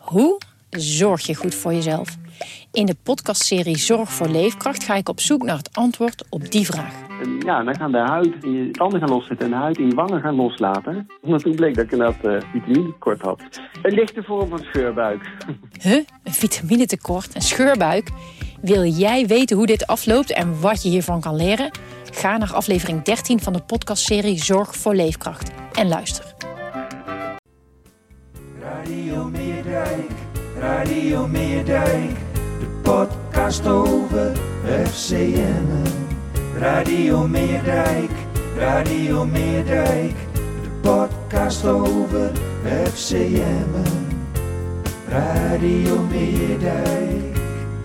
Hoe zorg je goed voor jezelf? In de podcastserie Zorg voor Leefkracht ga ik op zoek naar het antwoord op die vraag. Ja, dan gaan de huid in je tanden gaan loszitten en de huid in je wangen gaan loslaten. Omdat toen bleek dat ik inderdaad vitaminetekort had. Een lichte vorm van scheurbuik. Een vitaminetekort, een scheurbuik? Wil jij weten hoe dit afloopt en wat je hiervan kan leren? Ga naar aflevering 13 van de podcastserie Zorg voor Leefkracht en luister. Radio Meerdijk, Radio Meerdijk, de podcast over FCM. Radio Meerdijk, Radio Meerdijk, de podcast over FCM. Radio Meerdijk,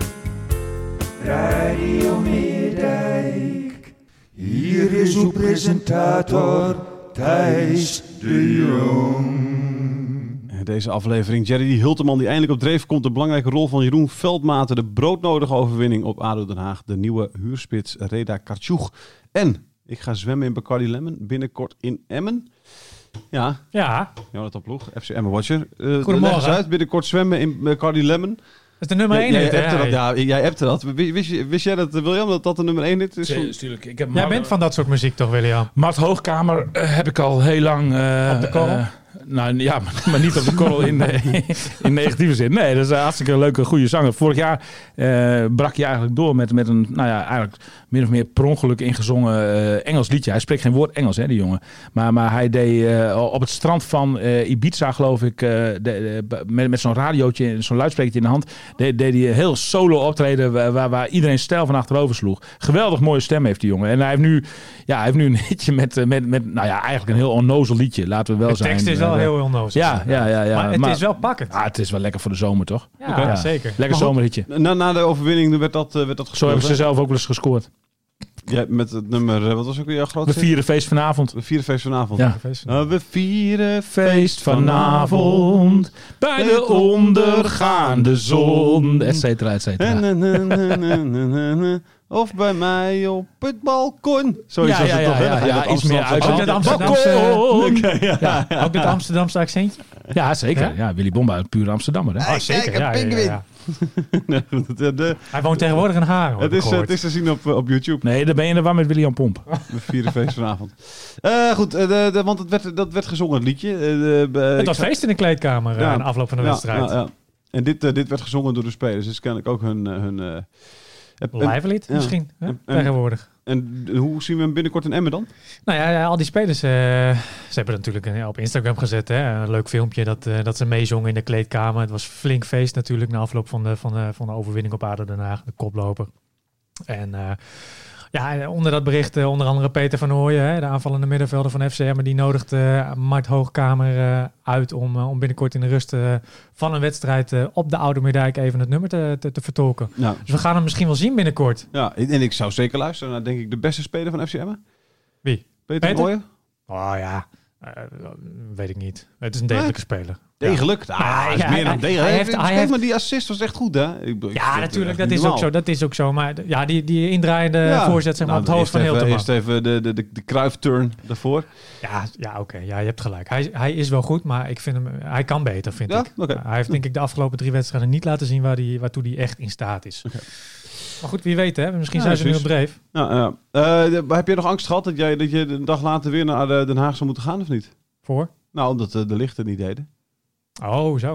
Radio Meerdijk. Hier is uw presentator Thijs de Jong. Deze aflevering, Jerry Hulteman die eindelijk op dreef komt. De belangrijke rol van Jeroen Veldmaten. De broodnodige overwinning op ADO Den Haag. De nieuwe huurspits Reda Kartjoeg. En ik ga zwemmen in Bacardi Lemon. Binnenkort in Emmen. Ja. Dat ploeg. FC Emmen Watcher. Goedemorgen. Leg eens uit. Binnenkort zwemmen in Bacardi Lemon. Dat is de nummer 1 hit, hè? Jij appte dat. Wist jij dat, William, dat de nummer 1 hit is? Tuurlijk. Jij bent van dat soort muziek toch, William? Mart Hoogkamer heb ik al heel lang... op de korrel? Maar niet op de korrel in negatieve zin. Nee, dat is een hartstikke leuke, goede zanger. Vorig jaar brak hij eigenlijk door met een, eigenlijk min of meer per ongeluk ingezongen Engels liedje. Hij spreekt geen woord Engels, hè, die jongen. Maar hij deed op het strand van Ibiza, geloof ik, met zo'n radiootje, zo'n luidsprekertje in de hand, deed hij een heel solo optreden waar iedereen stijl van achterover sloeg. Geweldig mooie stem heeft die jongen. En hij heeft nu een hitje met eigenlijk een heel onnozel liedje, laten we wel zijn. De tekst is wel heel onnozel. Ja. Maar het is wel pakkend. Het is wel lekker voor de zomer, toch? Ja, zeker. Lekker zomerhitje. Na de overwinning werd dat gescoord. Zo hebben ze zelf ook wel eens gescoord. Ja, met het nummer, wat was ook weer jouw grootste? We vieren feest vanavond. We vieren feest vanavond. Ja. We vieren Feest vanavond bij de ondergaande zon, et cetera, et cetera. Of bij mij op het balkon. Zoiets Ja, was het toch, hè? ja, iets meer uit. Ook dat Amsterdamse, ook dat Amsterdamse accentje? Ja, zeker. Ja, Willy Bomba, een pure Amsterdammer. Hè? Zeker. Ja. Nee, Hij woont tegenwoordig in Hagen. het is te zien op YouTube. Nee, daar ben je er waar met William Pomp. We vieren feest vanavond. Goed, want dat werd gezongen, het liedje. Het was feest in de kleedkamer aan de afloop van de wedstrijd. Ja. En dit werd gezongen door de spelers. Dus kennelijk ook hun Live lied misschien, tegenwoordig. En hoe zien we hem binnenkort in Emmen dan? Nou ja, al die spelers, ze hebben natuurlijk op Instagram gezet. Hè, een leuk filmpje dat ze meezongen in de kleedkamer. Het was flink feest natuurlijk na afloop van de overwinning op ADO Den Haag, de koploper. En onder dat bericht onder andere Peter van Ooyen, de aanvallende middenvelder van FCM, die nodigt Mart Hoogkamer uit om binnenkort in de rust van een wedstrijd op de Oude Meerdijk even het nummer te vertolken. Ja. Dus we gaan hem misschien wel zien binnenkort. Ja, en ik zou zeker luisteren naar, denk ik, de beste speler van FCM. Wie? Peter van Ooyen? Oh ja, weet ik niet. Het is een degelijke speler. Degelijk? Hij is meer dan degelijk. Maar die assist was echt goed, hè? Natuurlijk, dat is ook zo. Maar ja, die indraaiende voorzet, zeg maar, op het hoofd van Hilterman. Eerst even de Cruyff-turn daarvoor. Ja, oké. Ja, je hebt gelijk. Hij is wel goed, maar ik vind hem, hij kan beter, vind ik. Okay. Hij heeft, denk ik, de afgelopen 3 wedstrijden niet laten zien waartoe hij echt in staat is. Okay. Maar goed, wie weet, hè? Misschien zijn ze nu op dreef. Heb je nog angst gehad dat je een dag later weer naar Den Haag zou moeten gaan, of niet? Voor? Nou, omdat de lichten niet deden. Oh, zo.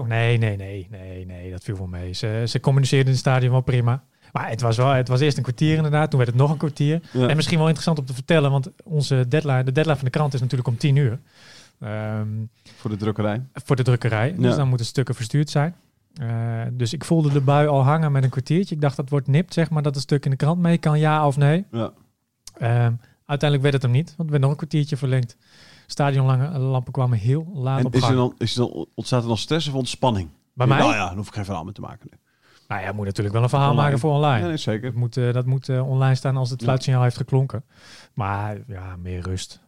Nee, dat viel wel mee. Ze communiceerden in het stadion wel prima. Maar het was eerst een kwartier inderdaad. Toen werd het nog een kwartier. Ja. En misschien wel interessant om te vertellen, want de deadline van de krant is natuurlijk om 10:00. Voor de drukkerij. Dus dan moeten stukken verstuurd zijn. Dus ik voelde de bui al hangen met een kwartiertje. Ik dacht, dat wordt nipt, zeg maar, dat het stuk in de krant mee kan, ja of nee. Ja. Uiteindelijk werd het hem niet, want het werd nog een kwartiertje verlengd. Stadionlampen kwamen heel laat op gang. Ontstaat er dan stress of ontspanning? Bij mij? Nou ja, daar hoef ik geen verhaal mee te maken. Nu. Nou ja, je moet natuurlijk wel een verhaal maken voor online. Ja, nee, zeker. Dat moet online staan als het fluitsignaal heeft geklonken. Maar ja, meer rust.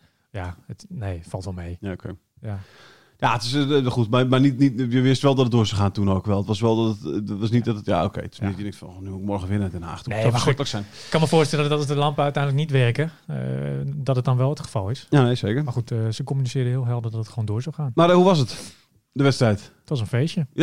Valt wel mee. Ja, oké. Ja. Ja, het is goed, maar niet, je wist wel dat het door zou gaan toen ook wel. Het was wel dat het was niet dat het, het is niet van, nu moet ik morgen winnen in Den Haag. Het zou verschrikkelijk zijn. Ik kan me voorstellen dat als de lampen uiteindelijk niet werken, dat het dan wel het geval is. Ja, nee, zeker. Maar goed, ze communiceerden heel helder dat het gewoon door zou gaan. Maar hoe was het, de wedstrijd? Het was een feestje. Ja?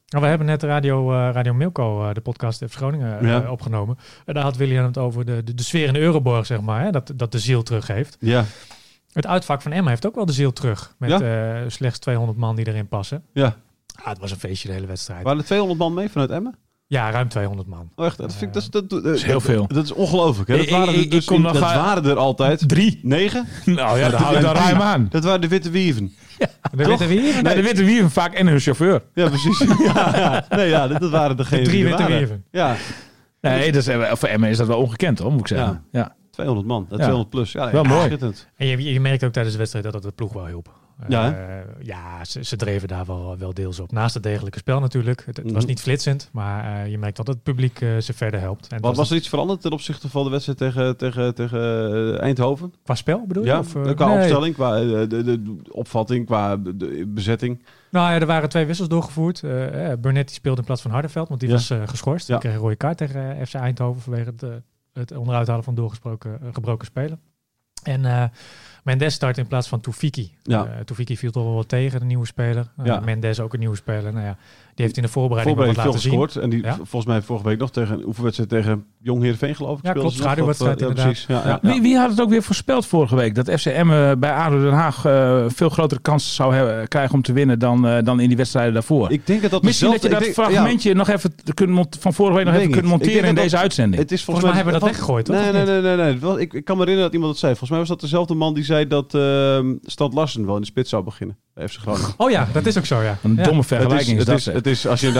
Nou, we hebben net Radio Milko, de podcast FC Groningen, opgenomen. En daar had William het over de sfeer in de Euroborg, zeg maar. Hè? Dat de ziel terug heeft. Ja. Het uitvak van Emma heeft ook wel de ziel terug. Met slechts 200 man die erin passen. Ja. Het was een feestje de hele wedstrijd. Waren er 200 man mee vanuit Emmen? Ja, ruim 200 man. Oh, echt? Dat is heel veel. Dat is ongelooflijk. Hè? Dat waren er altijd 3. 9? Nou ja, daar hou je dan ruim aan. Dat waren de witte wieven. Ja, de witte wieven? Nee, de witte wieven vaak en hun chauffeur. Ja, precies. Nee, dat waren degenen de 3 die witte wieven. Ja. Nee, voor Emmen is dat wel ongekend, hoor, moet ik zeggen. Ja. 200 man, 200 plus. Ja, wel mooi. Schitterend. En je merkt ook tijdens de wedstrijd dat het ploeg wel hielp. Ze dreven daar wel deels op. Naast het degelijke spel natuurlijk. Het was niet flitsend, maar je merkt dat het publiek ze verder helpt. En was er iets veranderd ten opzichte van de wedstrijd tegen Eindhoven? Qua spel bedoel je? Ja, of, qua opstelling, qua de opvatting, qua de bezetting. Nou ja, er waren 2 wissels doorgevoerd. Burnett die speelde in plaats van Hardenveld, want die was geschorst. Die kreeg een rode kaart tegen FC Eindhoven vanwege het onderuithalen van gebroken spelen. En Mendes start in plaats van Toefiki. Toefiki viel toch wel wat tegen, de nieuwe speler. Mendes ook een nieuwe speler. Nou ja, die heeft in de voorbereiding wat laten zien. Gescoord. En die volgens mij vorige week nog tegen een oefenwedstrijd tegen Jong Heerenveen, geloof ik. Ja, klopt. Schaduwwedstrijd inderdaad. Precies. Wie had het ook weer voorspeld vorige week? Dat FC Emmen bij ADO Den Haag veel grotere kansen zou krijgen om te winnen dan in die wedstrijden daarvoor. Ik denk dat misschien dat je dat fragmentje nog even van vorige week nog even kunt monteren in deze uitzending. Het is volgens mij hebben we dat weggegooid, toch? Nee. Ik kan me herinneren dat iemand dat zei. Volgens mij was dat dezelfde man die zei dat Stad Larsen wel in de spits zou beginnen bij FC Groningen. Oh ja, dat is ook zo, ja. Een domme vergelijking is dat. Het is als je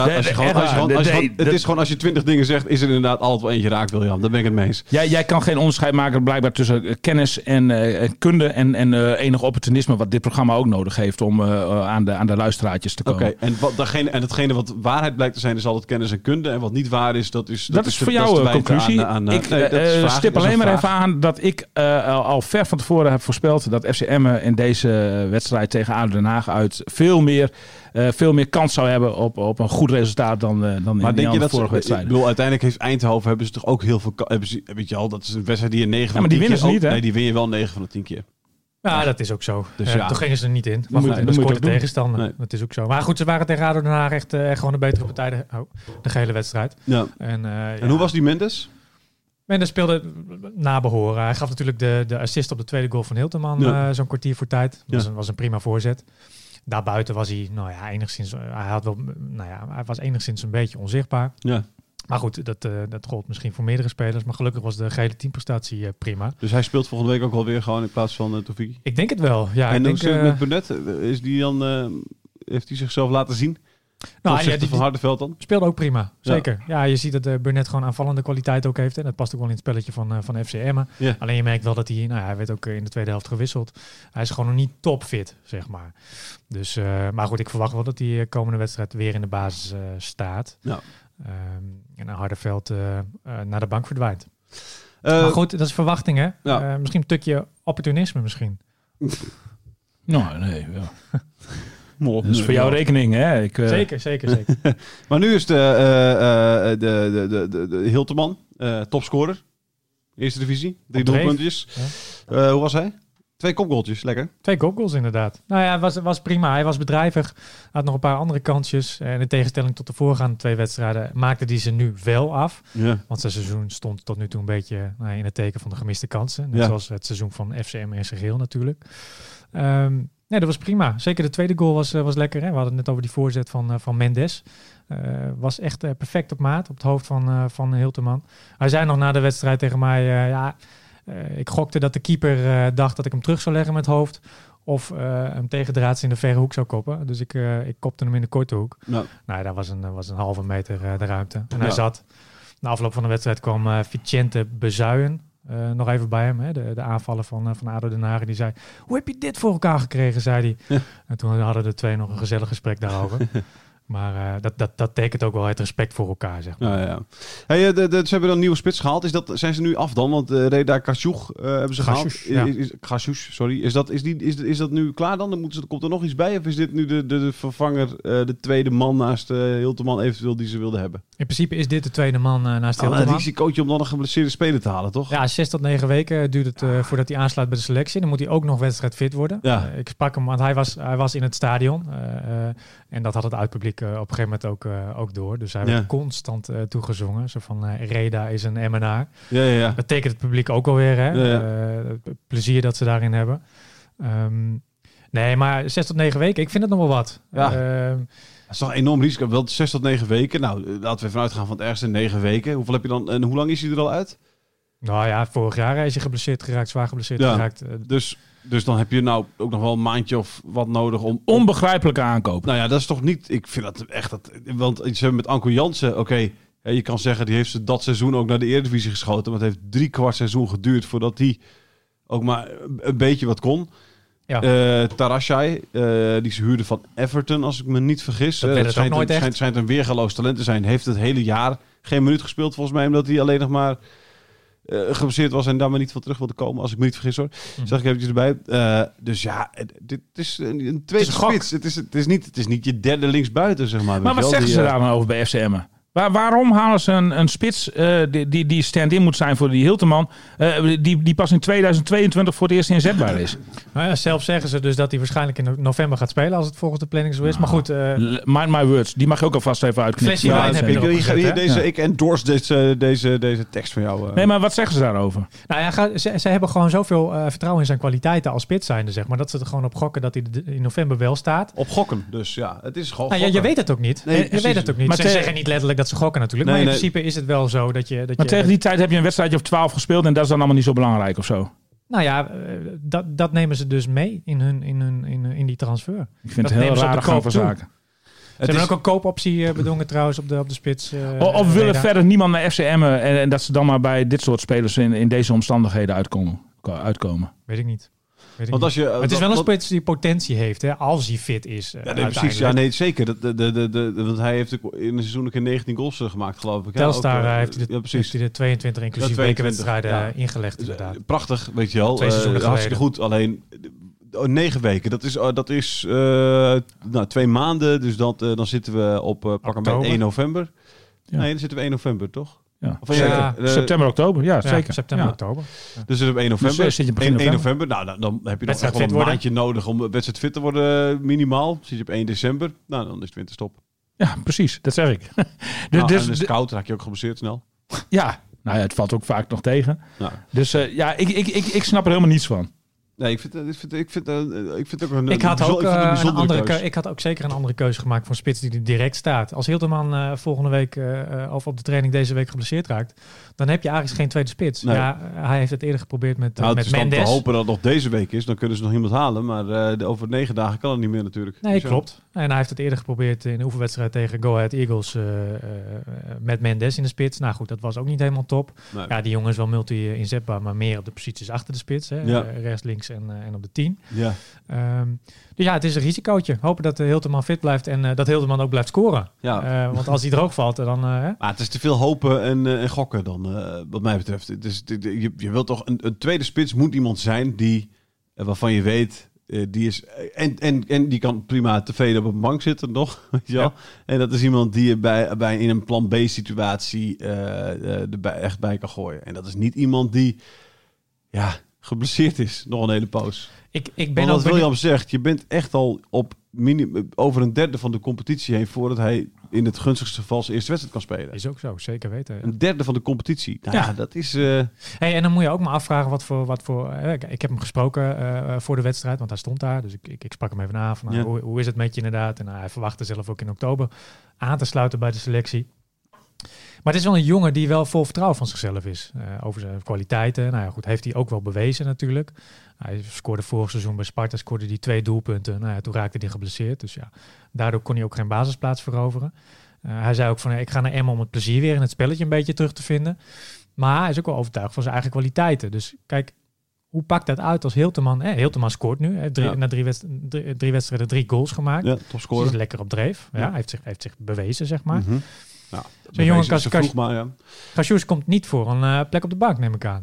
20 dingen zegt, is er inderdaad altijd wel eentje raakt, William. Daar ben ik het mee eens. Jij kan geen onderscheid maken blijkbaar tussen kennis en kunde en enig opportunisme wat dit programma ook nodig heeft om aan de luisteraartjes te komen. Oké, en datgene wat waarheid blijkt te zijn is altijd kennis en kunde. En wat niet waar is, dat is voor jou een conclusie. Ik stip alleen maar even aan dat ik al ver van tevoren heb voorspeld dat FC Emmen in deze wedstrijd tegen ADO Den Haag uit veel meer kans zou hebben op een goed resultaat dan in de vorige wedstrijden. Ik bedoel, uiteindelijk heeft Eindhoven hebben ze toch ook heel veel weet je al, dat is een wedstrijd die je 9 van de 10 keer... Maar die winnen ze niet, hè? Nee, die win je wel 9 van de 10 keer. Ja, dat is ook zo. Dus toen gingen ze er niet in. Maar goed, dat scoort de tegenstander. Nee. Dat is ook zo. Maar goed, ze waren tegen ADO Den Haag echt gewoon een betere partij de gehele wedstrijd. Ja. En hoe was die Mendes? Mendes speelde na behoren. Hij gaf natuurlijk de assist op de tweede goal van Hilterman zo'n kwartier voor tijd. Dat was een prima voorzet. Daarbuiten was hij, hij was enigszins een beetje onzichtbaar. Ja. Maar goed, dat gold misschien voor meerdere spelers. Maar gelukkig was de gehele teamprestatie prima. Dus hij speelt volgende week ook wel weer gewoon in plaats van Toefiki? Ik denk het wel, ja. En met Burnett, is die dan, heeft hij zichzelf laten zien? Die van Hardenveld dan? Speelde ook prima, zeker. Ja, je ziet dat Burnett gewoon aanvallende kwaliteit ook heeft. En dat past ook wel in het spelletje van FC Emmen. Ja. Alleen je merkt wel dat hij werd ook in de tweede helft gewisseld. Hij is gewoon nog niet topfit, zeg maar. Dus, maar goed, ik verwacht wel dat hij komende wedstrijd weer in de basis staat. Ja. En Hardenveld naar de bank verdwijnt. Maar goed, dat is verwachting, hè? Ja. Misschien een stukje opportunisme misschien. Nou, nee, ja. Dat is voor jouw rekening, hè? Zeker. Maar nu is de Hilterman, topscorer. Eerste divisie, 3 doelpuntjes. Ja. Hoe was hij? 2 kopgoaltjes, lekker. 2 kopgoals inderdaad. Nou ja, was prima. Hij was bedrijvig. Had nog een paar andere kansjes. En in tegenstelling tot de voorgaande 2 wedstrijden maakte hij ze nu wel af. Ja. Want zijn seizoen stond tot nu toe een beetje in het teken van de gemiste kansen. Net zoals het seizoen van FCM in zijn geheel natuurlijk. Nee, dat was prima. Zeker de tweede goal was lekker. Hè? We hadden het net over die voorzet van Mendes. Was echt perfect op maat, op het hoofd van Hilterman. Hij zei nog na de wedstrijd tegen mij... ik gokte dat de keeper dacht dat ik hem terug zou leggen met het hoofd. Of hem tegendraads in de verre hoek zou koppen. Dus ik kopte hem in de korte hoek. Nou, daar was een halve meter de ruimte. En hij zat. Na afloop van de wedstrijd kwam Vicente Bezuijen nog even bij hem. Hè? De aanvallen van ADO Den Haag. Die zei, hoe heb je dit voor elkaar gekregen, zei hij. Ja. En toen hadden de 2 nog een gezellig gesprek daarover. Maar dat tekent ook wel het respect voor elkaar, zeg maar. Ja. Hey, ze hebben dan een nieuwe spits gehaald. Zijn ze nu af dan? Want Reda Karchoug hebben ze gehaald. Karchoug, sorry. Is dat nu klaar dan? Komt er nog iets bij? Of is dit nu de vervanger, de tweede man naast Hilterman eventueel die ze wilden hebben? In principe is dit de tweede man naast Hilterman. Een risicootje om dan een geblesseerde speler te halen, toch? Ja, 6 tot 9 weken duurt het voordat hij aansluit bij de selectie. Dan moet hij ook nog wedstrijdfit worden. Ja. Ik sprak hem, want hij was in het stadion. En dat had het uitpubliek publiek op een gegeven moment ook door. Dus hij werd constant toegezongen. Zo van Reda is een MNA. Ja. Dat tekent het publiek ook alweer. Hè? Ja. Het plezier dat ze daarin hebben. Nee, maar 6 tot 9 weken, ik vind het nog wel wat. Ja. Dat is toch een enorm risico. Wel 6 tot 9 weken. Nou, laten we vanuit gaan van het ergste 9 weken. Hoeveel heb je dan en hoe lang is hij er al uit? Nou ja, vorig jaar is hij geblesseerd geraakt, zwaar geblesseerd geraakt. Dus dan heb je nou ook nog wel een maandje of wat nodig om... Onbegrijpelijke aankoop. Nou ja, dat is toch niet... Ik vind dat echt... Want ze hebben met Anko Jansen... Oké, je kan zeggen, die heeft dat seizoen ook naar de Eredivisie geschoten. Maar het heeft 3/4 seizoen geduurd voordat hij ook maar een beetje wat kon. Ja. Tarashai, die ze huurde van Everton, als ik me niet vergis. Dat schijnt een weergaloos talent te zijn. Heeft het hele jaar geen minuut gespeeld volgens mij, omdat hij alleen nog maar geblesseerd was en daar maar niet van terug wilde komen, als ik me niet vergis hoor. Zeg ik eventjes erbij. Dus ja, dit is een tweede spits. Het is niet je derde linksbuiten, zeg maar. Maar wat zeggen ze daar dan over bij FC Emmen? Waarom halen ze een spits die stand-in moet zijn voor die Hilterman, die pas in 2022 voor het eerst inzetbaar is? Nou ja, zelf zeggen ze dus dat hij waarschijnlijk in november gaat spelen als het volgens de planning zo is. Maar goed. Mind my words, die mag je ook alvast even uitknippen. Ik endorse deze tekst van jou. Nee, maar wat zeggen ze daarover? Nou ja, ze hebben gewoon zoveel vertrouwen in zijn kwaliteiten als spits zijnde, zeg maar. Dat ze er gewoon op gokken dat hij in november wel staat. Op gokken, dus ja. Het is gewoon nou, je weet het ook niet. Nee, je weet het ook niet. Maar ze zeggen niet letterlijk dat ze gokken natuurlijk. Maar in principe is het wel zo dat je... Maar tegen die tijd heb je een wedstrijdje of 12 gespeeld en dat is dan allemaal niet zo belangrijk of zo? Nou ja, dat nemen ze dus mee in die transfer. Ik vind het heel rare gang van zaken. Ze hebben ook een koopoptie bedongen trouwens op de spits. Of willen verder niemand naar FC Emmen en dat ze dan maar bij dit soort spelers in deze omstandigheden uitkomen? Weet ik niet. Want als je, het is wel een spits die potentie heeft, hè, als hij fit is. Ja, nee, precies. Ja, nee, zeker. Want hij heeft in een seizoen ook 19 goals gemaakt, geloof ik. Telstar heeft hij de 22 inclusief wekenwedstrijden ingelegd, inderdaad. Prachtig, weet je wel. 2 seizoenen hartstikke goed. Alleen 9 weken, dat is 2 maanden. Dus dan zitten we op pakken bij 1 november. Ja. Nee, dan zitten we 1 november, toch? Ja. September, oktober. Ja, zeker. September, oktober. Ja. Dus op 1 november. Dus zit je 1 november. Nou, dan heb je nog echt wel een maandje nodig om wedstrijd fit te worden, minimaal. Zit je op 1 december. Nou, dan is het winterstop. Ja, precies. Dat zeg ik. Dus en is het koud, raak je ook geblesseerd snel. Ja, nou ja, het valt ook vaak nog tegen. Ja. Dus ik snap er helemaal niets van. Nee, ik vind ook een Ik had ook zeker een andere keuze gemaakt voor een spits die er direct staat. Als Hilterman volgende week of op de training deze week geblesseerd raakt, dan heb je eigenlijk geen tweede spits. Nee. Ja, hij heeft het eerder geprobeerd met Mendes. Het is dan te hopen dat het nog deze week is, dan kunnen ze nog iemand halen. Maar over 9 dagen kan het niet meer natuurlijk. Nee, klopt. En hij heeft het eerder geprobeerd in de oefenwedstrijd tegen Go Ahead Eagles met Mendes in de spits. Nou goed, dat was ook niet helemaal top. Nee. Ja, die jongen is wel multi-inzetbaar, maar meer op de posities achter de spits. Hè? Ja. Rechts, links en op de 10. Ja. Dus ja, het is een risicootje. Hopen dat Hilterman fit blijft en dat Hilterman ook blijft scoren. Ja. Want als hij droog valt, dan... Maar het is te veel hopen en gokken dan, wat mij betreft. Het is, je wilt toch een tweede spits moet iemand zijn die waarvan je weet... die is en die kan prima tevreden op een bank zitten nog. Weet je wel? Ja. En dat is iemand die je bij in een plan B situatie erbij echt bij kan gooien. En dat is niet iemand die geblesseerd is nog een hele poos. Ik ben wat William zegt, je bent echt al op over een derde van de competitie heen voordat hij in het gunstigste geval zijn eerste wedstrijd kan spelen. Is ook zo, zeker weten. Ja. Een derde van de competitie. Nou, dat is... Hey, en dan moet je ook maar afvragen wat voor ik heb hem gesproken voor de wedstrijd, want hij stond daar. Dus ik sprak hem even na. Van, hoe is het met je inderdaad? En hij verwachtte zelf ook in oktober aan te sluiten bij de selectie. Maar het is wel een jongen die wel vol vertrouwen van zichzelf is. Over zijn kwaliteiten. Nou ja, goed, heeft hij ook wel bewezen natuurlijk. Hij scoorde vorig seizoen bij Sparta, scoorde hij 2 doelpunten. Nou ja, toen raakte hij geblesseerd. Dus ja, daardoor kon hij ook geen basisplaats veroveren. Hij zei ook van, ik ga naar Emmen om het plezier weer in het spelletje een beetje terug te vinden. Maar hij is ook wel overtuigd van zijn eigen kwaliteiten. Dus kijk, hoe pakt dat uit als Hilterman? Hilterman scoort nu. Hij heeft na 3 wedstrijden 3 goals gemaakt. Ja, topscorer. Dus is lekker op dreef. Ja. Hij heeft zich bewezen, zeg maar. Mm-hmm. Zo'n jongen Cassius komt niet voor een plek op de bank, neem ik aan.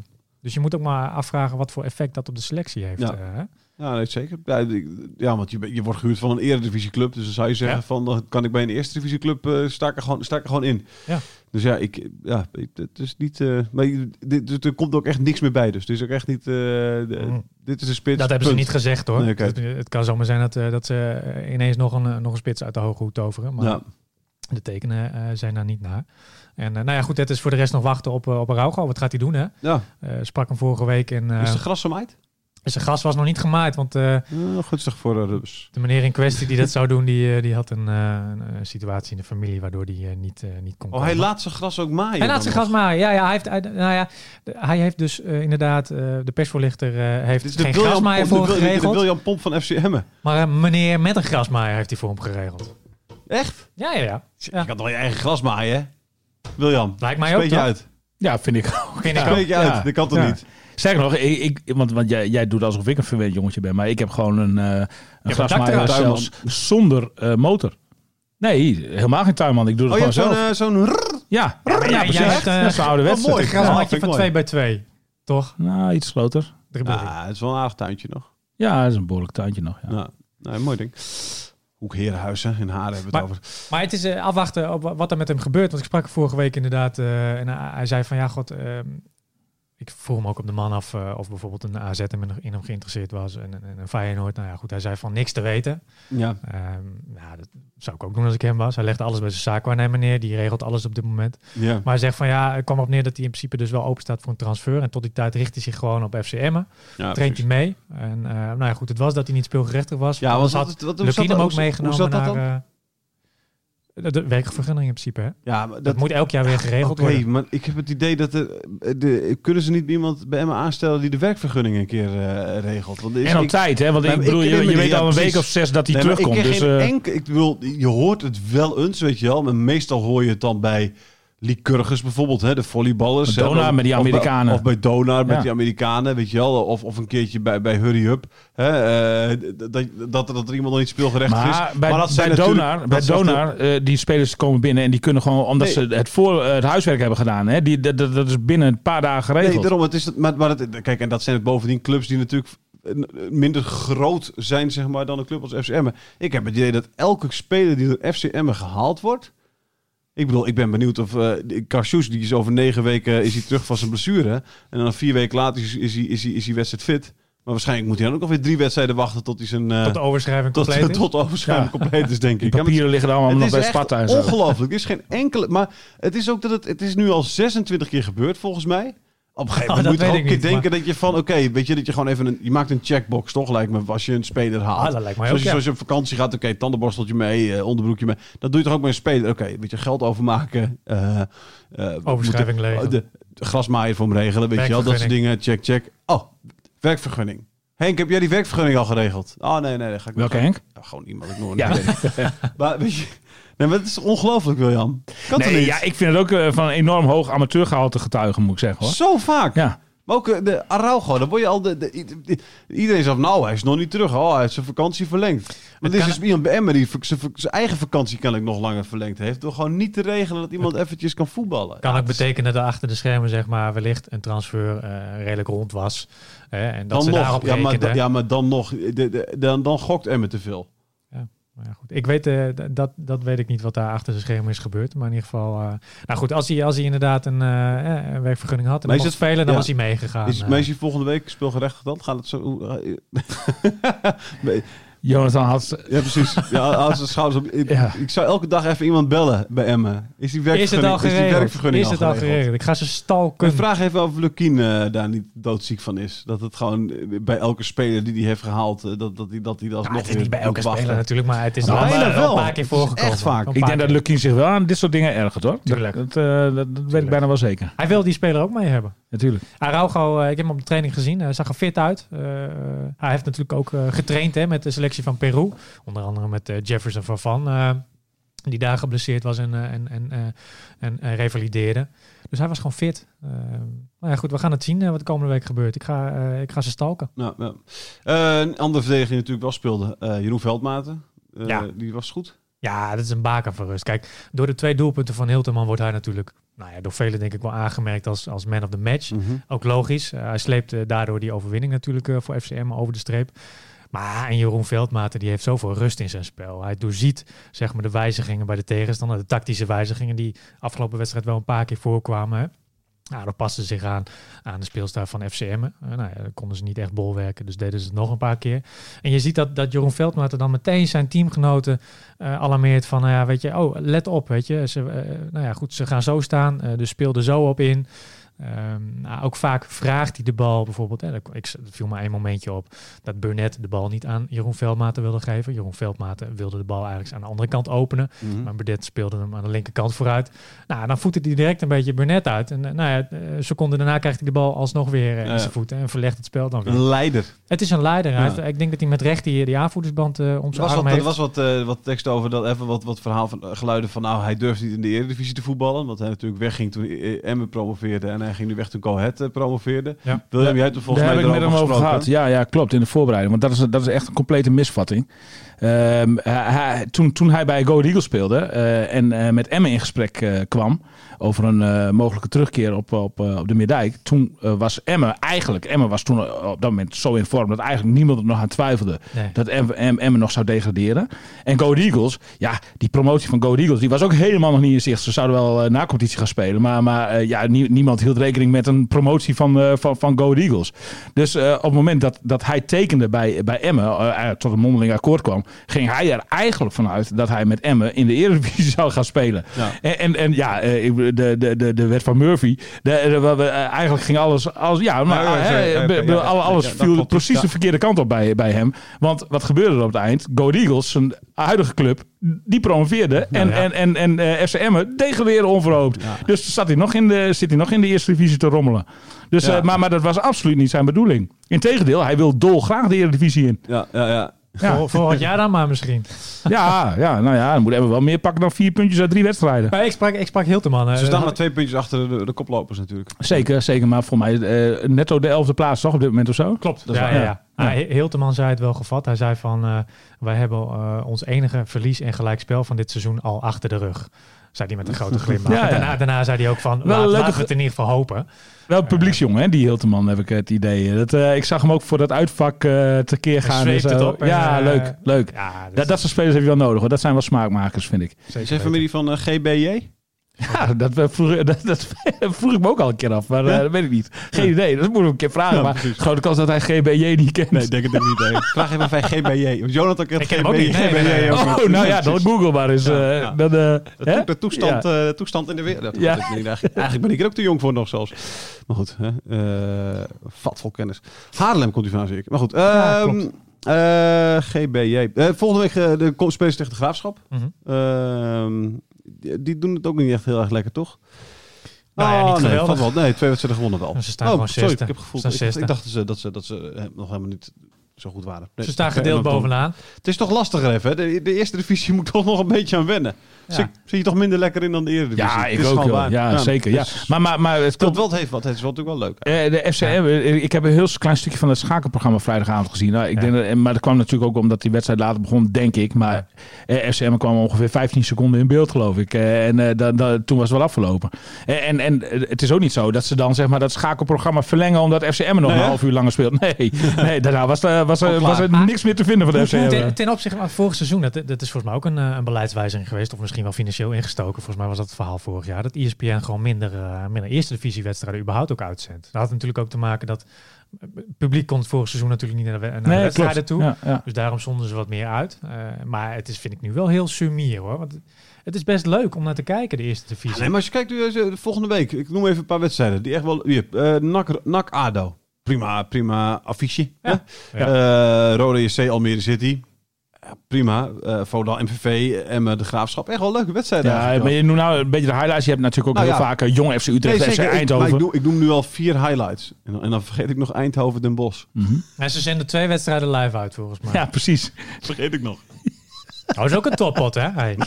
Dus je moet ook maar afvragen wat voor effect dat op de selectie heeft. Ja. Hè? Ja, nee, zeker. Ja, want je wordt gehuurd van een eredivisieclub. Dus dan zou je zeggen van, dan kan ik bij een eerste divisieclub sta ik er gewoon in. Ja. Dus het is niet... maar er komt ook echt niks meer bij. Dus het is ook echt niet... Dit is een spits. Dat hebben ze niet gezegd hoor. Nee, kijk. Het kan zomaar zijn dat ze ineens nog een spits uit de hoge hoed toveren. Maar de tekenen zijn daar niet naar. En goed, het is voor de rest nog wachten op Araujo. Wat gaat hij doen, hè? Ja. Sprak hem vorige week. Is de gras gemaaid? Zijn gras was nog niet gemaaid, want gunstig voor Rubens. De meneer in kwestie die dat zou doen, die had een situatie in de familie waardoor die niet kon komen. Hij laat zijn gras ook maaien? Hij laat zijn gras maaien, ja. Hij heeft dus inderdaad, de persvoorlichter heeft geen grasmaaier voor hem geregeld. De William Pomp van FC Emmen. Maar meneer met een grasmaaier heeft hij voor hem geregeld. Echt? Ja. Je kan toch je eigen gras maaien, hè? William, lijkt mij ook beetje uit. Ja, vind ik ook. Een beetje uit, dat kan toch niet? Sterker nog, want jij doet alsof ik een verwend jongetje ben, maar ik heb gewoon een grasmaaier zelfs zonder motor. Nee, helemaal geen tuinman. Ik doe het gewoon zelf. Zo'n Ja, jij hebt zo'n ouderwetse. Een grasmaatje van 2x2, toch? Nou, iets groter. Het is wel een aardig tuintje nog. Ja, het is een behoorlijk tuintje nog. Ja. Nou, mooi ding. Hoek Herenhuizen in Haren hebben we het over. Maar het is afwachten op wat er met hem gebeurt. Want ik sprak vorige week inderdaad. En hij zei van ja, god... ik vroeg hem ook op de man af of bijvoorbeeld een AZ in hem geïnteresseerd was. En een Feyenoord. Nou ja, goed, hij zei van niks te weten. Ja. Dat zou ik ook doen als ik hem was. Hij legde alles bij zijn zaakwaarnemer neer. Die regelt alles op dit moment. Ja. Maar hij zegt van ja, het kwam op neer dat hij in principe dus wel open staat voor een transfer. En tot die tijd richt hij zich gewoon op FC Emmen. Ja, traint hij mee. En goed, het was dat hij niet speelgerechtig was. Ja, want had Lukien hem ook meegenomen naar... De werkvergunning in principe, hè? Ja, maar dat moet elk jaar weer geregeld worden. Maar ik heb het idee dat kunnen ze niet iemand bij Emmen aanstellen die de werkvergunning een keer regelt? Want en op tijd, hè? Want ik bedoel, je weet al een week of 6 dat hij terugkomt. Ik bedoel, je hoort het wel eens, weet je wel. Maar meestal hoor je het dan bij Lycurgus bijvoorbeeld, hè, de volleyballers. Donar met die Amerikanen. Of bij Donar met die Amerikanen, weet je wel. Of een keertje bij Hurry Up. Hè, dat er iemand nog niet speelgerechtigd is. Maar bij Donar, die spelers komen binnen en die kunnen gewoon, omdat ze het huiswerk hebben gedaan. Hè, dat is binnen een paar dagen geregeld. Nee, daarom. Het is kijk, en dat zijn het bovendien clubs die natuurlijk minder groot zijn, zeg maar, dan een club als FC Emmen. Ik heb het idee dat elke speler die door FC Emmen gehaald wordt... Ik bedoel, ik ben benieuwd of Karsius, die is over 9 weken is hij terug van zijn blessure. En dan 4 weken later is hij wedstrijd fit. Maar waarschijnlijk moet hij dan ook nog weer 3 wedstrijden wachten tot hij zijn... tot de overschrijving compleet is. Tot de overschrijving compleet is, denk ik. Die papieren liggen allemaal nog bij Sparta en zo. Ongelooflijk. Er is geen enkele... Maar het is ook dat het is nu al 26 keer gebeurd, volgens mij. Op een gegeven moment moet je ook een keer denken dat je van... Oké, weet je, dat je gewoon even je maakt een checkbox, toch? Lijkt me, als je een speler haalt. Dat lijkt mij ook, zoals je op vakantie gaat, tandenborsteltje mee, onderbroekje mee. Dat doe je toch ook met een speler? Oké, weet je, geld overmaken. Overschrijving regelen. De grasmaaier voor hem regelen, weet je wel. Dat soort dingen, check. Oh, werkvergunning. Henk, heb jij die werkvergunning al geregeld? Oh, nee, dat ga ik Welke Henk? Ja, gewoon iemand, ik nog niet weet. Maar weet je... Nee, maar het is ongelooflijk, William. Kan toch niet? Ja, ik vind het ook van een enorm hoog amateurgehalte getuigen, moet ik zeggen, hoor. Zo vaak. Ja. Maar ook de Araujo, dan word je al... iedereen zegt, nou, hij is nog niet terug. Oh, hij heeft zijn vakantie verlengd. Maar dit is dus iemand bij Emmen die zijn eigen vakantie kennelijk nog langer verlengd heeft. Door gewoon niet te regelen dat iemand eventjes kan voetballen. Kan ook betekenen dat achter de schermen, zeg maar, wellicht een transfer redelijk rond was. En dat dan ze nog, daarop rekenden. maar dan nog. Dan gokt Emmen te veel. Ja, goed. Ik weet, dat weet ik niet wat daar achter de schermen is gebeurd. Maar in ieder geval... nou goed, als hij inderdaad een werkvergunning had en dan mocht spelen, dan was hij meegegaan. Is hij volgende week speelgerechtigd dan? Gaat het zo... Jonathan had... Ja, precies. Ja, had zijn schouders op. Ik zou elke dag even iemand bellen bij Emmen. Is die werkvergunning al geregeld? Ik ga ze stalken. Ik vraag even of Lukien daar niet doodziek van is. Dat het gewoon bij elke speler die hij heeft gehaald, dat hij alsnog weer... Het is niet bij elke speler natuurlijk, maar het is wel een paar keer voorgekomen. Echt vaak. Ik denk dat Lukien zich wel aan dit soort dingen ergert, hoor. Tuurlijk. Dat weet ik bijna wel zeker. Hij wil die speler ook mee hebben. Natuurlijk. Araujo, ik heb hem op de training gezien. Hij zag er fit uit. Hij heeft natuurlijk ook getraind met de selectie van Peru. Onder andere met Jefferson Farfan. Die daar geblesseerd was en revalideerde. Dus hij was gewoon fit. Nou ja, goed, we gaan het zien wat de komende week gebeurt. Ik ga ze stalken. Nou, een andere verdediger die natuurlijk wel speelde. Jeroen Veldmaten. Die was goed. Ja, dat is een baken van rust. Kijk, door de 2 doelpunten van Hilterman wordt hij natuurlijk door velen denk ik wel aangemerkt als man of the match. Mm-hmm. Ook logisch. Hij sleept daardoor die overwinning natuurlijk voor FCM over de streep. Maar en Jeroen Veldmaten die heeft zoveel rust in zijn spel. Hij doorziet zeg maar de wijzigingen bij de tegenstander. De tactische wijzigingen die afgelopen wedstrijd wel een paar keer voorkwamen. Hè. Nou, dat pasten ze zich aan de speelstijl van FCM. Dan konden ze niet echt bolwerken, dus deden ze het nog een paar keer. En je ziet dat Jeroen Veldmaten dan meteen zijn teamgenoten alarmeert van, weet je, let op, weet je. Ze gaan zo staan, dus speel er zo op in. Ook vaak vraagt hij de bal bijvoorbeeld. Er viel maar 1 momentje op dat Burnett de bal niet aan Jeroen Veldmaten wilde geven. Jeroen Veldmaten wilde de bal eigenlijk aan de andere kant openen. Mm-hmm. Maar Burnett speelde hem aan de linkerkant vooruit. Dan voette hij direct een beetje Burnett uit. En seconde daarna krijgt hij de bal alsnog weer in zijn voeten. En verlegt het spel dan weer. Een leider. Het is een leider. Ja. Ik denk dat hij met recht die aanvoerdersband om zijn arm heeft. Er was wat tekst over dat even wat verhaal van geluiden van hij durfde niet in de Eredivisie te voetballen. Want hij natuurlijk wegging toen Emmen promoveerde en hij ging nu weg toen Go Ahead promoveerde. Ja. William, jij hebt er volgens mij heb ik met hem over gehad. Ja, klopt. In de voorbereiding. Want dat is echt een complete misvatting. Toen hij bij Go Ahead Eagles speelde en met Emmen in gesprek kwam over een mogelijke terugkeer op de Meerdijk. Toen was Emmen was toen op dat moment zo in vorm dat eigenlijk niemand er nog aan twijfelde dat Emmen nog zou degraderen. En Go Ahead Eagles, die promotie van Go Ahead Eagles, die was ook helemaal nog niet in zicht. Ze zouden wel na competitie gaan spelen, maar niemand hield rekening met een promotie van Go Ahead Eagles. Dus op het moment dat hij tekende bij Emmen, tot een mondeling akkoord kwam, ging hij er eigenlijk vanuit dat hij met Emmen in de Eredivisie zou gaan spelen. Ja. En de wet van Murphy, eigenlijk ging alles viel precies de verkeerde kant op bij hem. Want wat gebeurde er op het eind? Go Ahead Eagles, zijn huidige club, die promoveerde en FC Emmen degradeerde onverhoopt. Ja. Dus zit hij nog in de Eerste Divisie te rommelen. Dus, maar dat was absoluut niet zijn bedoeling. Integendeel, hij wil dolgraag de Eredivisie in. Ja. Volgend jaar dan maar misschien. Dan moet Emmen wel meer pakken dan 4 puntjes uit 3 wedstrijden. Maar ik sprak Hilterman. Ze staan maar 2 puntjes achter de koplopers natuurlijk. Zeker. Maar voor mij netto de 11e plaats toch op dit moment of zo? Klopt. Hilterman zei het wel gevat. Hij zei van, wij hebben ons enige verlies en gelijkspel van dit seizoen al achter de rug. Zei hij met een grote glimlach. Daarna zei hij ook van, laten we het in ieder geval hopen. Wel publieksjongen, hè, die Hilterman, heb ik het idee. Ik zag hem ook voor dat uitvak tekeer gaan. Zweept het op. Leuk. Ja, dat soort spelers heb je wel nodig. Hoor. Dat zijn wel smaakmakers, vind ik. Is hij familie van GBJ? Ja, dat vroeg ik me ook al een keer af, maar dat weet ik niet. Geen idee, dat moet ik een keer vragen. Maar grote kans dat hij GBJ niet kent. Nee, denk het ook niet. Vraag even bij GBJ. Jonathan kent GBJ. Dan Google maar eens. De toestand in de wereld. Eigenlijk ben ik er ook te jong voor nog zelfs. Maar goed, vat vol kennis. Haarlem komt u van, zeker. Maar goed, GBJ. Volgende week de spelers tegen de Graafschap. Die doen het ook niet echt heel erg lekker, toch? Niet geweldig. Nee, 2 wedstrijden gewonnen wel. Ze staan gewoon 60. Ik heb gevoeld. Ik dacht dat ze nog helemaal niet zo goed waren. Ze staan gedeeld bovenaan. Het is toch lastiger even. Hè? De eerste divisie moet toch nog een beetje aan wennen. Zit je toch minder lekker in dan de Eredivisie? Ja, ik ook wel. Ja, zeker. Ja. Maar het klopt wel. Het heeft wat. Het is wel natuurlijk wel leuk. De FCM, ik heb een heel klein stukje van het schakelprogramma vrijdagavond gezien. Maar dat kwam natuurlijk ook omdat die wedstrijd later begon, denk ik. Maar FCM kwam ongeveer 15 seconden in beeld, geloof ik. Toen was het wel afgelopen. En het is ook niet zo dat ze dan zeg maar dat schakelprogramma verlengen omdat FCM nog een half uur langer speelt. Nee, daarna was er niks meer te vinden van de FCM. Ten opzichte van het vorige seizoen, dat is volgens mij ook een beleidswijziging geweest. Of misschien wel financieel ingestoken. Volgens mij was dat het verhaal vorig jaar. Dat ESPN gewoon minder eerste divisiewedstrijden überhaupt ook uitzendt. Dat had natuurlijk ook te maken dat het publiek kon het vorig seizoen natuurlijk niet naar de wedstrijden toe. Ja. Dus daarom zonden ze wat meer uit. Maar het is, vind ik nu wel heel sumier, hoor. Want het is best leuk om naar te kijken, de eerste divisie. Nee, maar als je kijkt nu volgende week. Ik noem even een paar wedstrijden die echt wel... NAC ADO. Prima affiche. Rode JC Almere City. Ja, prima. Volendam MVV, Emmen, de Graafschap. Echt wel leuke wedstrijden. Ja, maar je noemt nou een beetje de highlights. Je hebt natuurlijk ook heel vaak Jong FC Utrecht, FC Eindhoven. Maar ik noem nu al 4 highlights. En dan vergeet ik nog Eindhoven, Den Bosch. Mm-hmm. En ze zenden 2 wedstrijden live uit, volgens mij. Ja, precies. Vergeet ik nog. Dat is ook een toppot, hè? Hey.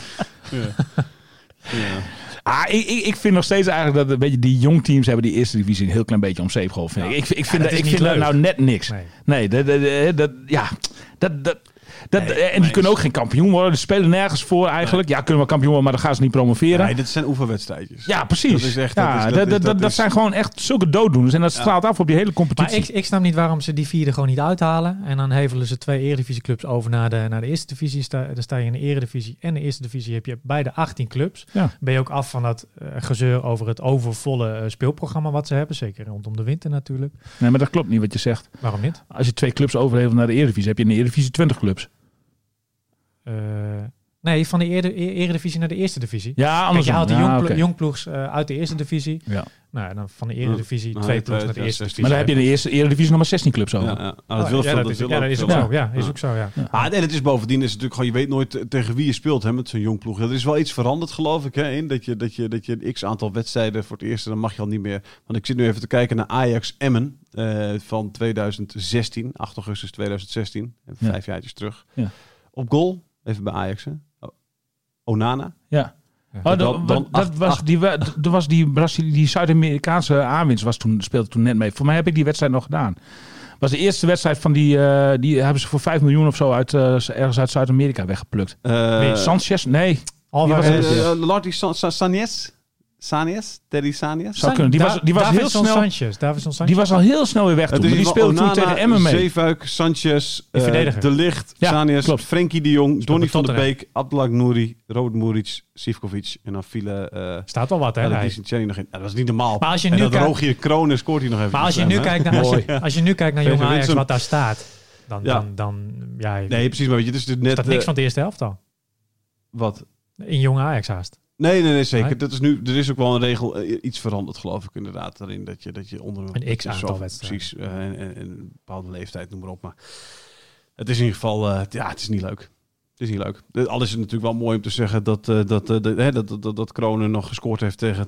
Ik vind nog steeds eigenlijk dat een beetje die jong teams hebben die eerste divisie een heel klein beetje om zeep geholpen. Ik vind dat nou net niks. Nee, En die kunnen ook geen kampioen worden. Die spelen nergens voor eigenlijk. Ja, kunnen wel kampioen worden, maar dan gaan ze niet promoveren. Nee, dit zijn oefenwedstrijdjes. Ja, precies. Dat is echt, dat zijn gewoon echt zulke dooddoeners. En dat straalt af op die hele competitie. Maar ik snap niet waarom ze die vierde gewoon niet uithalen. En dan hevelen ze 2 eredivisieclubs over naar de eerste divisie. Dan sta je in de eredivisie en de eerste divisie. Heb je beide 18 clubs. Ja. Ben je ook af van dat gezeur over het overvolle speelprogramma wat ze hebben. Zeker rondom de winter natuurlijk. Nee, maar dat klopt niet wat je zegt. Waarom niet? Als je 2 clubs overhevelt naar de eredivisie, heb je in de eredivisie 20 clubs. Nee, van de eredivisie naar de eerste divisie. Ja, Kijk, andersom. je haalt de oké. jongploegs uit de eerste divisie. Ja. Nou, en dan van de eredivisie 2 ploegen naar de eerste divisie. Maar dan heb je in de eerste eredivisie nog maar 16 clubs over. Ja. Dat wil dat is ook zo. Ja, is ook zo, ja. En het is bovendien is het natuurlijk gewoon, je weet nooit tegen wie je speelt hè, met zo'n jong ploeg. Er is wel iets veranderd, geloof ik, hè, in dat je een x aantal wedstrijden voor het eerst, dan mag je al niet meer. Want ik zit nu even te kijken naar Ajax Emmen van 2016, 8 augustus 2016, 5 jaartjes terug. Ja. Op goal, even bij Ajax, hè. Onana. Ja. Die Zuid-Amerikaanse aanwinst speelde toen net mee. Voor mij heb ik die wedstrijd nog gedaan. Was de eerste wedstrijd van die hebben ze voor 5 miljoen of zo ergens uit Zuid-Amerika weggeplukt. Sanchez? Nee. Lardy Sanchez? Teddy Sanchez? Zou kunnen. Die was heel snel. Sanchez. Die was al heel snel weer weg toen. Maar die speelde toen tegen Emmen mee. Zeefuik, Sanchez, De Ligt, Ja, Sanchez, klopt. Frenkie de Jong, Donny van der Tottenham. Beek, Abdelak Nouri, Robert Muric, Sivkovic. En dan vielen Staat al wat, hè? die Chenny nog in. Dat was niet normaal. Maar als je en nu dat kijkt- Rogier Kronen scoort hij nog even. Maar als je nu kijkt naar, als je nu kijkt naar VV Jong Ajax, Winsum. wat daar staat, dan Nee, precies. Maar weet je, dus net... staat niks van de eerste helft al. Wat? In Jong Ajax haast. Nee, zeker. Nee? Dat is nu, er is ook wel een regel, iets veranderd geloof ik inderdaad. Daarin dat je onder Een x-aantal wedstrijden. Precies, en een bepaalde leeftijd, noem maar op. Maar het is in ieder geval, het is niet leuk. Het is niet leuk. Al is het natuurlijk wel mooi om te zeggen dat Kronen nog gescoord heeft tegen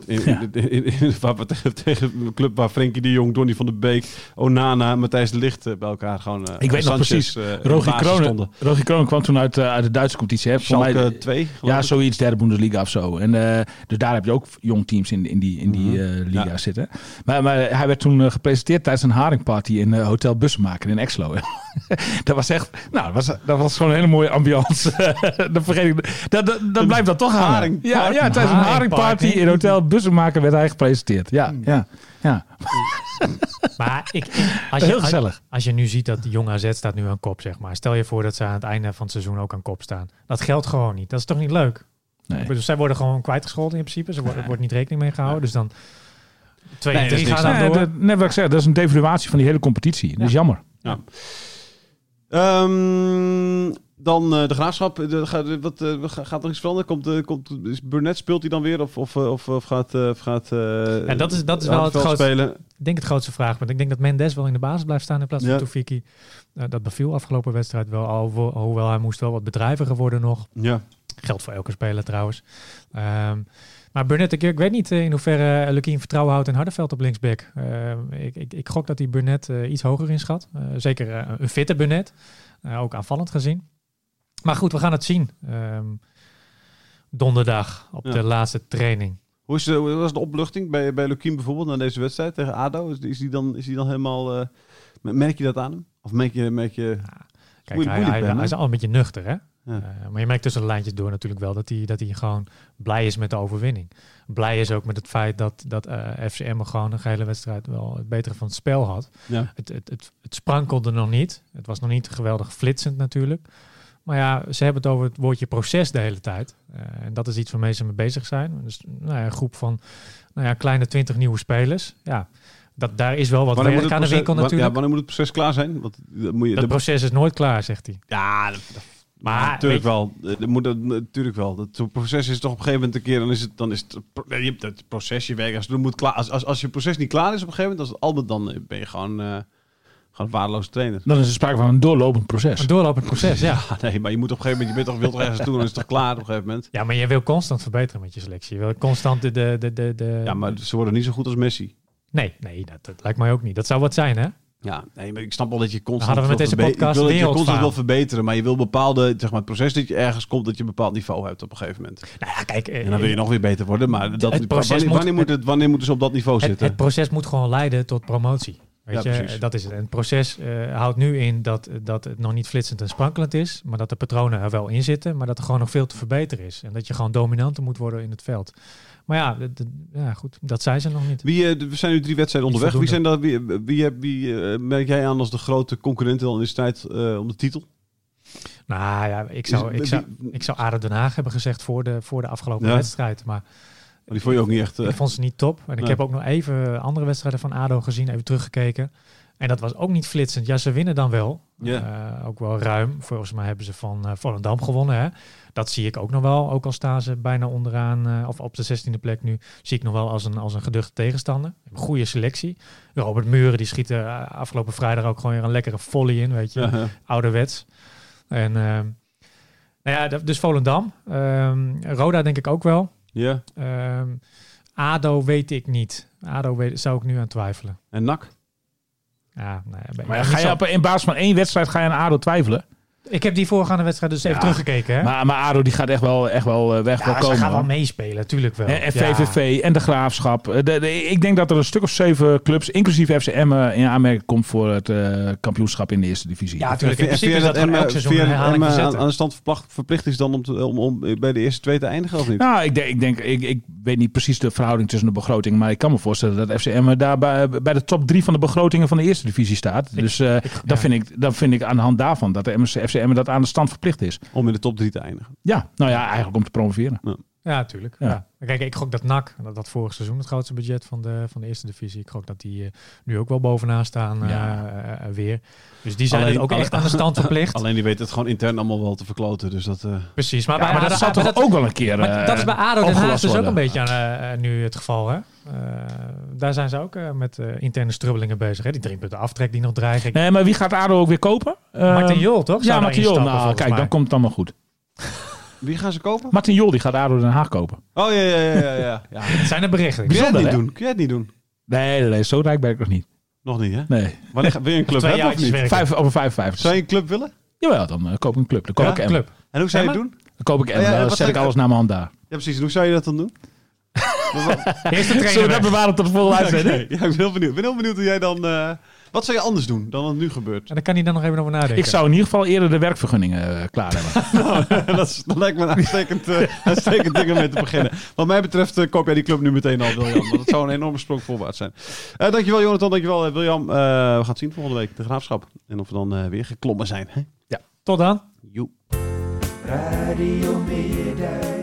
tegen een club waar Frenkie de Jong, Donny van der Beek, Onana, Matthijs de Ligt bij elkaar gewoon. Ik weet nog precies. Rogier Kronen kwam toen uit de Duitse competitie. Hè? Voor mij Schalke 2. Ja, zoiets, derde Bundesliga of zo. En dus daar heb je ook jong teams in die liga zitten. Maar hij werd toen gepresenteerd tijdens een haringparty in Hotel Bussemaker in Exlo. Dat was echt, dat was gewoon een hele mooie ambiance. Dat vergeet ik. Dat blijft dan toch hangen. Ja, tijdens een haringparty in Hotel Bussemaker werd hij gepresenteerd. Ja. Maar Heel gezellig. Als je nu ziet dat Jong AZ staat nu aan kop, zeg maar. Stel je voor dat ze aan het einde van het seizoen ook aan kop staan. Dat geldt gewoon niet. Dat is toch niet leuk? Nee. Dus zij worden gewoon kwijtgescholden in principe. Er wordt niet rekening mee gehouden. Dus dan 2 en Nee, dat 3 is gaan dan door. Net wat ik zeg, dat is een devaluatie van die hele competitie. Dat is jammer. Ja. Dan de Graafschap. Gaat er iets veranderen? Is Burnett, speelt hij dan weer? Of gaat En dat is wel het Hardenveld grootste. spelen? Ik denk het grootste vraagpunt. Ik denk dat Mendes wel in de basis blijft staan in plaats van Ja. Toefiki. Dat beviel afgelopen wedstrijd wel. Hoewel hij moest wel wat bedrijviger worden nog. Ja. Geldt voor elke speler trouwens. Maar Burnett, ik weet niet in hoeverre Lukien vertrouwen houdt in Hardenveld op linksback. Ik gok dat hij Burnett iets hoger inschat. Zeker een fitte Burnett. Ook aanvallend gezien. Maar goed, we gaan het zien. Donderdag op de laatste training. Hoe was de opluchting bij Lukien bijvoorbeeld na deze wedstrijd tegen ADO? Is die dan helemaal... merk je dat aan hem? Of merk je Kijk, hij is al een beetje nuchter, hè? Ja. Maar je merkt tussen de lijntjes door natuurlijk wel dat hij gewoon blij is met de overwinning. Blij is ook met het feit dat FCM gewoon een gehele wedstrijd wel het betere van het spel had. Ja. Het sprankelde nog niet. Het was nog niet geweldig flitsend natuurlijk. Maar ja, ze hebben het over het woordje proces de hele tijd. En dat is iets waar mensen mee bezig zijn. Dus een groep van kleine 20 nieuwe spelers. Ja, daar is wel wat werk aan de winkel natuurlijk. Wanneer moet het proces klaar zijn? Want, het proces is nooit klaar, zegt hij. Ja, maar natuurlijk wel. Natuurlijk wel. Het proces is toch op een gegeven moment een keer. Dan is het proces je werk. Als je proces niet klaar is op een gegeven moment, dan ben je gewoon een waardeloze trainer. Dan is er sprake van een doorlopend proces. Een doorlopend proces, ja. Nee, maar je moet op een gegeven moment, wilt toch ergens toe, dan is het toch klaar op een gegeven moment. Ja, maar je wil constant verbeteren met je selectie. Je wil constant de... Ja, maar ze worden niet zo goed als Messi. Nee, dat lijkt mij ook niet. Dat zou wat zijn, hè? Ja, nee, maar ik snap wel dat je constant... Hadden we met deze podcast constant wil verbeteren, maar je wil bepaalde, zeg maar, het proces dat je ergens komt, dat je een bepaald niveau hebt op een gegeven moment. Nou ja, kijk... En dan wil je nog weer beter worden, maar het proces wanneer moeten ze op dat niveau zitten? Het proces moet gewoon leiden tot promotie. Weet Ja, je, precies. dat is het. En het proces houdt nu in dat het nog niet flitsend en sprankelend is, maar dat de patronen er wel in zitten, maar dat er gewoon nog veel te verbeteren is. En dat je gewoon dominanter moet worden in het veld. Maar ja, goed, dat zijn ze nog niet. We zijn nu 3 wedstrijden Niet onderweg. voldoende. Wie merk jij aan als de grote concurrenten al in de strijd om de titel? Nou ja, ik zou ADO Den Haag hebben gezegd voor de afgelopen Ja. wedstrijd. Maar Die vond je ook niet echt... ik vond ze niet top. En ik Nee. heb ook nog even andere wedstrijden van ADO gezien, even teruggekeken. En dat was ook niet flitsend. Ja, ze winnen dan wel. Ja. Ook wel ruim. Volgens mij hebben ze van Volendam gewonnen. Hè? Dat zie ik ook nog wel. Ook al staan ze bijna onderaan, of op de 16e plek nu, zie ik nog wel als een geduchte tegenstander. Een goede selectie. Robert Muren, die schiet afgelopen vrijdag ook gewoon weer een lekkere volley in, weet je. Ja. Ouderwets. En nou ja, dus Volendam. Roda denk ik ook wel. Ja. ADO weet ik niet. Zou ik nu aan twijfelen. En NAC? Ja, nou ja, Maar ga je in basis van 1 wedstrijd ga je aan ADO twijfelen? Ik heb die voorgaande wedstrijd dus even teruggekeken. Hè? Maar ADO die gaat echt wel weg wel Ze komen. gaan wel hoor. meespelen, natuurlijk wel. En VVV en de Graafschap. Ik denk dat er een stuk of 7 clubs, inclusief FCM, in aanmerking komt voor het kampioenschap in de eerste divisie. Ja, natuurlijk. In En principe is dat gewoon elk seizoen een herhaling zetten. aan de stand verplicht is dan om bij de eerste 2 te eindigen of niet? Nou, ik weet niet precies de verhouding tussen de begroting, maar ik kan me voorstellen dat FCM daar bij de top 3 van de begrotingen van de eerste divisie staat. Dus dan vind ik aan de hand daarvan dat de FCM dat aan de stand verplicht is. Om in de top 3 te eindigen. Ja, nou ja, eigenlijk om te promoveren. Ja, natuurlijk. Ja. Ja. Kijk, ik gok dat NAC, dat vorig seizoen het grootste budget van de eerste divisie, ik gok dat die nu ook wel bovenaan staan weer. Dus die zijn ook echt aan de stand verplicht. Alleen die weten het gewoon intern allemaal wel te verkloten. Dus dat... Precies. Maar, Maar dat zal toch ook wel een keer maar dat is bij ADO Den Haag opgelost dus ook worden. een beetje aan nu het geval. Hè? Daar zijn ze ook met interne strubbelingen bezig. Hè? Die 3 punten aftrek die nog dreigen. Nee, maar wie gaat ADO ook weer kopen? Martin Jol, toch? Ja, Zou Martin daarin Jol. stappen, Nou, volgens kijk, mij. dan komt het allemaal goed. Wie gaan ze kopen? Martin Jol die gaat ADO Den Haag kopen. Oh ja. Het zijn er berichten. Kun jij het Bijzonder, niet hè? doen? Kun jij het niet doen? Nee, zo rijk ben ik nog niet. Nog niet, hè? Nee. Wanneer wil je een club 2 hebben of jaartjes niet? werken. Over 55. Zou je een club willen? Jawel, dan koop ik een club. Dan koop ik Een Emmen. club. En hoe zou je het Emmen? doen? Dan koop ik Emmen. Ja, Dan wat zet ik zeg- alles naar mijn hand daar. Ja, precies. En hoe zou je dat dan doen? Eerste Zullen we trainer. dat bewaren tot de volgende uitzending? Oké, ja, ik ben heel benieuwd. Ik ben heel benieuwd hoe jij dan... wat zou je anders doen dan wat nu gebeurt? En dan kan hij dan nog even over nadenken. Ik zou in ieder geval eerder de werkvergunningen klaar hebben. Dat lijkt me een uitstekend ding om mee te beginnen. Wat mij betreft koop jij die club nu meteen al, William. Want dat zou een enorme sprong voorwaarts zijn. Dankjewel, Jonathan. Dankjewel, William. We gaan het zien volgende week. De Graafschap. En of we dan weer geklommen zijn. Hè? Tot dan. Joe. Radio Meerdijk.